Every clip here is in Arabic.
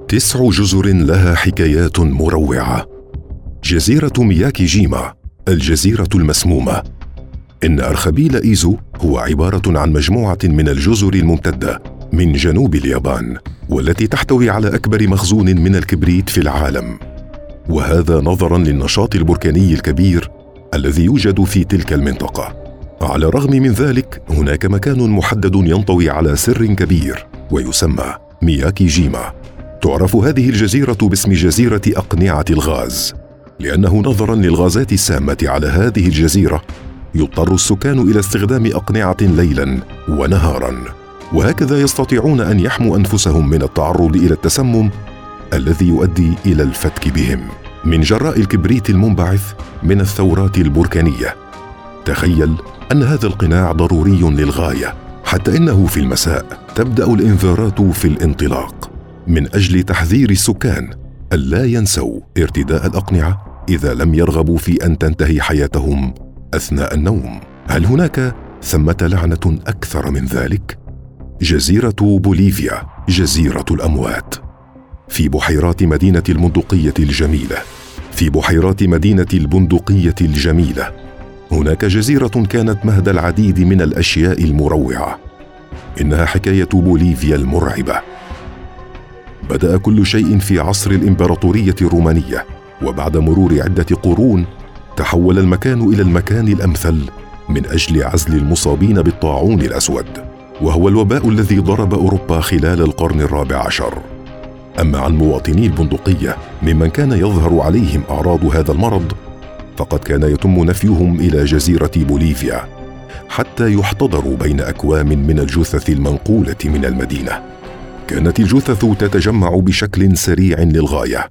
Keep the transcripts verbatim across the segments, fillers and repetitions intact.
تسع جزر لها حكايات مروعة. جزيرة مياكيجيما، الجزيرة المسمومة. إن أرخبيل إيزو هو عبارة عن مجموعة من الجزر الممتدة من جنوب اليابان، والتي تحتوي على أكبر مخزون من الكبريت في العالم، وهذا نظراً للنشاط البركاني الكبير الذي يوجد في تلك المنطقة. على الرغم من ذلك، هناك مكان محدد ينطوي على سر كبير ويسمى مياكيجيما. تعرف هذه الجزيرة باسم جزيرة أقنعة الغاز، لأنه نظراً للغازات السامة على هذه الجزيرة يضطر السكان إلى استخدام أقنعة ليلاً ونهاراً، وهكذا يستطيعون أن يحموا أنفسهم من التعرض إلى التسمم الذي يؤدي إلى الفتك بهم من جراء الكبريت المنبعث من الثورات البركانية. تخيل أن هذا القناع ضروري للغاية، حتى إنه في المساء تبدأ الإنذارات في الانطلاق من أجل تحذير السكان ألا ينسوا ارتداء الأقنعة إذا لم يرغبوا في أن تنتهي حياتهم أثناء النوم. هل هناك ثمة لعنة أكثر من ذلك؟ جزيرة بوليفيا، جزيرة الأموات. في بحيرات مدينة البندقية الجميلة في بحيرات مدينة البندقية الجميلة هناك جزيرة كانت مهد العديد من الأشياء المروعة. إنها حكاية بوليفيا المرعبة. بدأ كل شيء في عصر الإمبراطورية الرومانية، وبعد مرور عدة قرون تحول المكان إلى المكان الأمثل من أجل عزل المصابين بالطاعون الأسود، وهو الوباء الذي ضرب أوروبا خلال القرن الرابع عشر. أما عن مواطني البندقية ممن كان يظهر عليهم أعراض هذا المرض، فقد كان يتم نفيهم إلى جزيرة بوليفيا حتى يحتضروا بين أكوام من الجثث المنقولة من المدينة. كانت الجثث تتجمع بشكل سريع للغاية،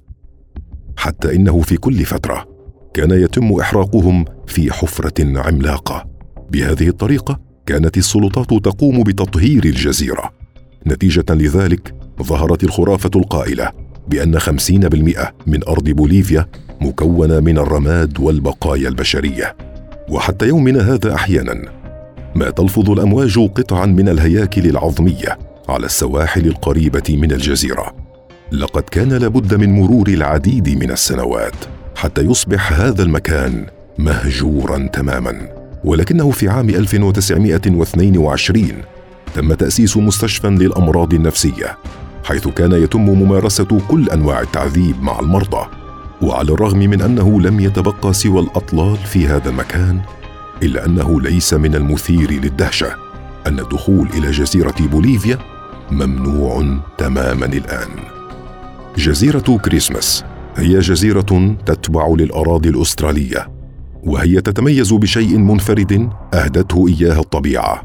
حتى إنه في كل فترة كان يتم إحراقهم في حفرة عملاقة. بهذه الطريقة كانت السلطات تقوم بتطهير الجزيرة. نتيجة لذلك ظهرت الخرافة القائلة بأن خمسين بالمئة من أرض بوليفيا مكونة من الرماد والبقايا البشرية. وحتى يومنا هذا أحيانا ما تلفظ الأمواج قطعا من الهياكل العظمية على السواحل القريبة من الجزيرة. لقد كان لابد من مرور العديد من السنوات حتى يصبح هذا المكان مهجورا تماما، ولكنه في عام ألف وتسعمائة واثنين وعشرين تم تأسيس مستشفى للأمراض النفسية، حيث كان يتم ممارسة كل أنواع التعذيب مع المرضى. وعلى الرغم من أنه لم يتبقى سوى الأطلال في هذا المكان، إلا أنه ليس من المثير للدهشة أن الدخول إلى جزيرة بوليفيا ممنوع تماما الآن. جزيرة كريسماس هي جزيرة تتبع للأراضي الأسترالية، وهي تتميز بشيء منفرد أهدته إياه الطبيعة.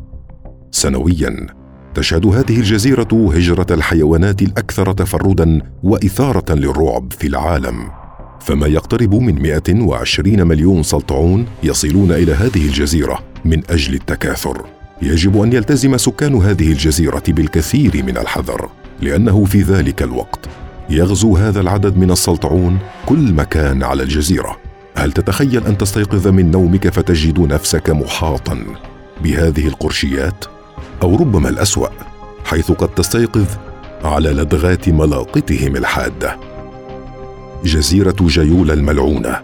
سنويا تشهد هذه الجزيرة هجرة الحيوانات الأكثر تفردا وإثارة للرعب في العالم، فما يقترب من مئة وعشرين مليون سلطعون يصلون إلى هذه الجزيرة من أجل التكاثر. يجب أن يلتزم سكان هذه الجزيرة بالكثير من الحذر، لأنه في ذلك الوقت يغزو هذا العدد من السلطعون كل مكان على الجزيرة. هل تتخيل أن تستيقظ من نومك فتجد نفسك محاطا بهذه القرشيات؟ أو ربما الأسوأ، حيث قد تستيقظ على لدغات ملاقطهم الحادة. جزيرة جيولا الملعونة.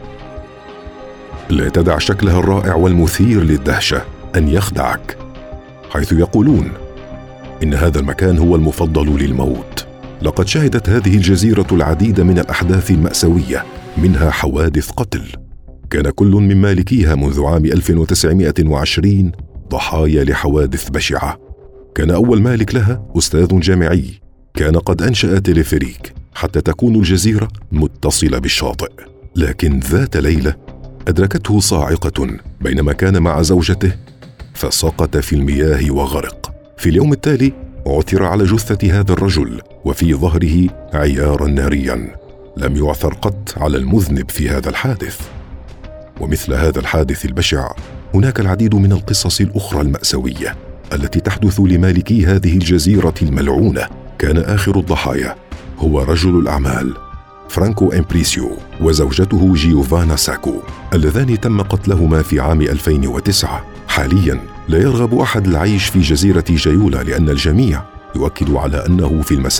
لا تدع شكلها الرائع والمثير للدهشة أن يخدعك، حيث يقولون إن هذا المكان هو المفضل للموت. لقد شهدت هذه الجزيرة العديد من الأحداث المأساوية، منها حوادث قتل. كان كل من مالكيها منذ عام ألف وتسعمائة وعشرين ضحايا لحوادث بشعة. كان أول مالك لها أستاذ جامعي، كان قد أنشأ تلفريك حتى تكون الجزيرة متصلة بالشاطئ، لكن ذات ليلة أدركته صاعقة بينما كان مع زوجته، فسقط في المياه وغرق. في اليوم التالي عثر على جثة هذا الرجل وفي ظهره عيارا ناريا. لم يعثر قط على المذنب في هذا الحادث. ومثل هذا الحادث البشع هناك العديد من القصص الأخرى المأساوية التي تحدث لمالكي هذه الجزيرة الملعونة. كان آخر الضحايا هو رجل الأعمال فرانكو إمبريسيو وزوجته جيوفانا ساكو، اللذان تم قتلهما في عام ألفين وتسعة. حاليا لا يرغب أحد العيش في جزيرة جيولا، لأن الجميع يؤكد على أنه في المساء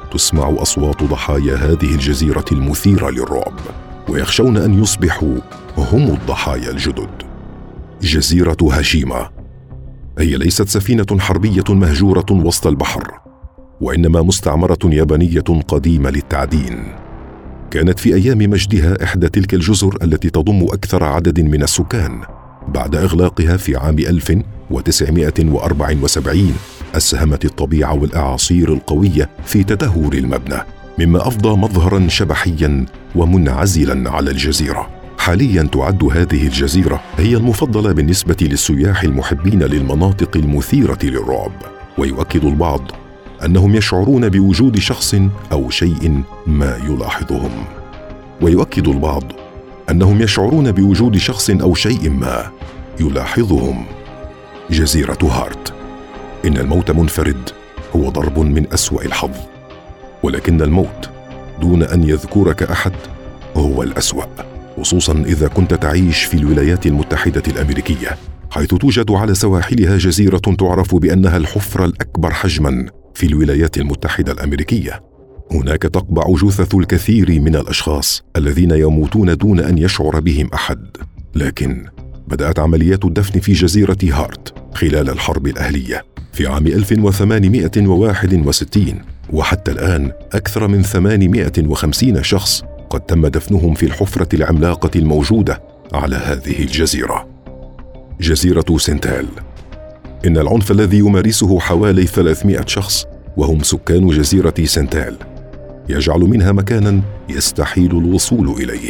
تسمع أصوات ضحايا هذه الجزيرة المثيرة للرعب، ويخشون أن يصبحوا هم الضحايا الجدد. جزيرة هاشيما هي ليست سفينة حربية مهجورة وسط البحر، وإنما مستعمرة يابانية قديمة للتعدين. كانت في أيام مجدها إحدى تلك الجزر التي تضم أكثر عدد من السكان. بعد إغلاقها في عام ألف وتسعمائة وأربعة وسبعين أسهمت الطبيعة والأعاصير القوية في تدهور المبنى، مما أفضى مظهرا شبحيا ومنعزلا على الجزيرة. حاليا تعد هذه الجزيرة هي المفضلة بالنسبة للسياح المحبين للمناطق المثيرة للرعب، ويؤكد البعض أنهم يشعرون بوجود شخص أو شيء ما يلاحظهم ويؤكد البعض أنهم يشعرون بوجود شخص أو شيء ما يلاحظهم. جزيرة هارت. إن الموت منفرد هو ضرب من أسوأ الحظ، ولكن الموت دون أن يذكرك أحد هو الأسوأ، خصوصا إذا كنت تعيش في الولايات المتحدة الأمريكية، حيث توجد على سواحلها جزيرة تعرف بأنها الحفرة الأكبر حجما في الولايات المتحدة الأمريكية. هناك تقبع جثث الكثير من الأشخاص الذين يموتون دون أن يشعر بهم أحد. لكن بدأت عمليات الدفن في جزيرة هارت خلال الحرب الأهلية في عام ألف وثمانمائة وواحد وستين، وحتى الآن أكثر من ثمانمائة وخمسين شخص قد تم دفنهم في الحفرة العملاقة الموجودة على هذه الجزيرة. جزيرة سنتال. إن العنف الذي يمارسه حوالي ثلاثمائة شخص وهم سكان جزيرة سنتال يجعل منها مكانا يستحيل الوصول إليه،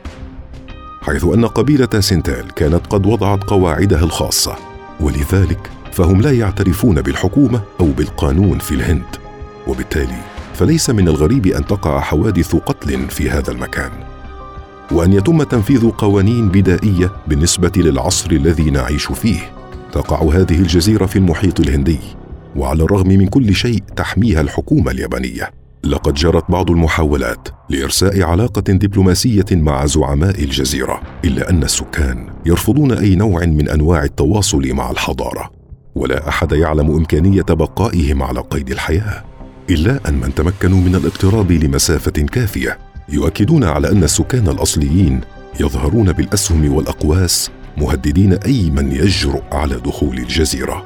حيث أن قبيلة سنتال كانت قد وضعت قواعدها الخاصة، ولذلك فهم لا يعترفون بالحكومة أو بالقانون في الهند، وبالتالي فليس من الغريب أن تقع حوادث قتل في هذا المكان، وأن يتم تنفيذ قوانين بدائية بالنسبة للعصر الذي نعيش فيه. تقع هذه الجزيرة في المحيط الهندي، وعلى الرغم من كل شيء تحميها الحكومة اليابانية. لقد جرت بعض المحاولات لإرساء علاقة دبلوماسية مع زعماء الجزيرة، إلا أن السكان يرفضون أي نوع من أنواع التواصل مع الحضارة، ولا أحد يعلم إمكانية بقائهم على قيد الحياة، إلا أن من تمكنوا من الاقتراب لمسافة كافية يؤكدون على أن السكان الأصليين يظهرون بالأسهم والأقواس مهددين أي من يجرؤ على دخول الجزيرة.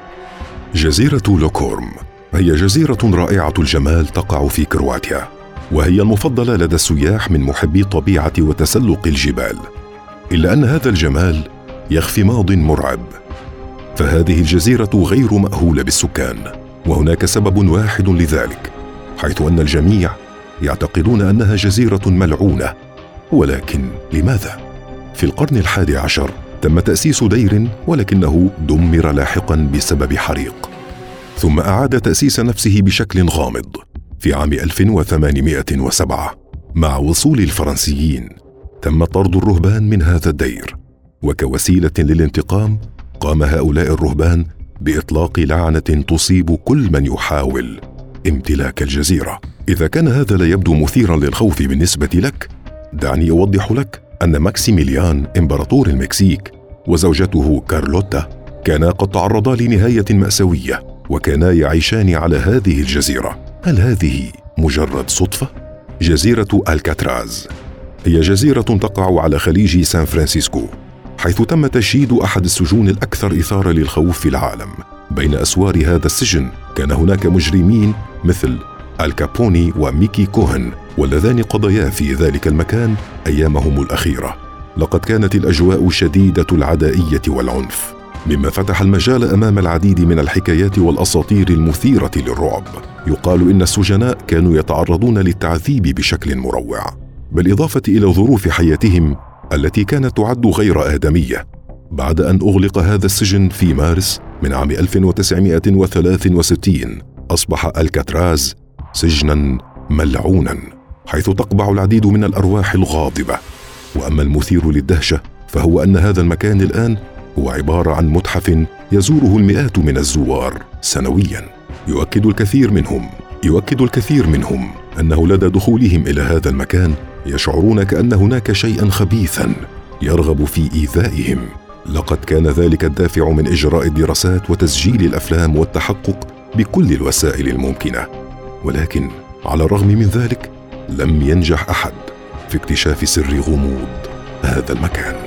جزيرة لوكورم هي جزيرة رائعة الجمال تقع في كرواتيا، وهي المفضلة لدى السياح من محبي الطبيعة وتسلق الجبال، إلا أن هذا الجمال يخفي ماضٍ مرعب. فهذه الجزيرة غير مأهولة بالسكان، وهناك سبب واحد لذلك، حيث أن الجميع يعتقدون أنها جزيرة ملعونة. ولكن لماذا؟ في القرن الحادي عشر تم تأسيس دير، ولكنه دمر لاحقا بسبب حريق، ثم أعاد تأسيس نفسه بشكل غامض في عام ألف وثمانمائة وسبعة. مع وصول الفرنسيين تم طرد الرهبان من هذا الدير، وكوسيلة للانتقام قام هؤلاء الرهبان بإطلاق لعنة تصيب كل من يحاول امتلاك الجزيرة. إذا كان هذا لا يبدو مثيرا للخوف بالنسبة لك، دعني أوضح لك أن ماكسيميليان إمبراطور المكسيك وزوجته كارلوتا كانا قد تعرضا لنهاية مأساوية، وكانا يعيشان على هذه الجزيرة. هل هذه مجرد صدفة؟ جزيرة الكاتراز هي جزيرة تقع على خليج سان فرانسيسكو، حيث تم تشييد أحد السجون الأكثر إثارة للخوف في العالم. بين أسوار هذا السجن كان هناك مجرمين مثل الكابوني وميكي كوهن، واللذان قضيا في ذلك المكان أيامهم الأخيرة. لقد كانت الأجواء شديدة العدائية والعنف، مما فتح المجال أمام العديد من الحكايات والأساطير المثيرة للرعب. يقال إن السجناء كانوا يتعرضون للتعذيب بشكل مروع، بالإضافة إلى ظروف حياتهم التي كانت تعد غير آدمية. بعد أن أغلق هذا السجن في مارس من عام ألف وتسعمائة وثلاثة وستين، أصبح الكاتراز سجنا ملعونا، حيث تقبع العديد من الأرواح الغاضبة. وأما المثير للدهشة فهو أن هذا المكان الآن هو عبارة عن متحف يزوره المئات من الزوار سنويا. يؤكد الكثير منهم يؤكد الكثير منهم أنه لدى دخولهم إلى هذا المكان يشعرون كأن هناك شيئا خبيثا يرغب في إيذائهم. لقد كان ذلك الدافع من إجراء الدراسات وتسجيل الأفلام والتحقق بكل الوسائل الممكنة. ولكن على الرغم من ذلك لم ينجح أحد في اكتشاف سر غموض هذا المكان.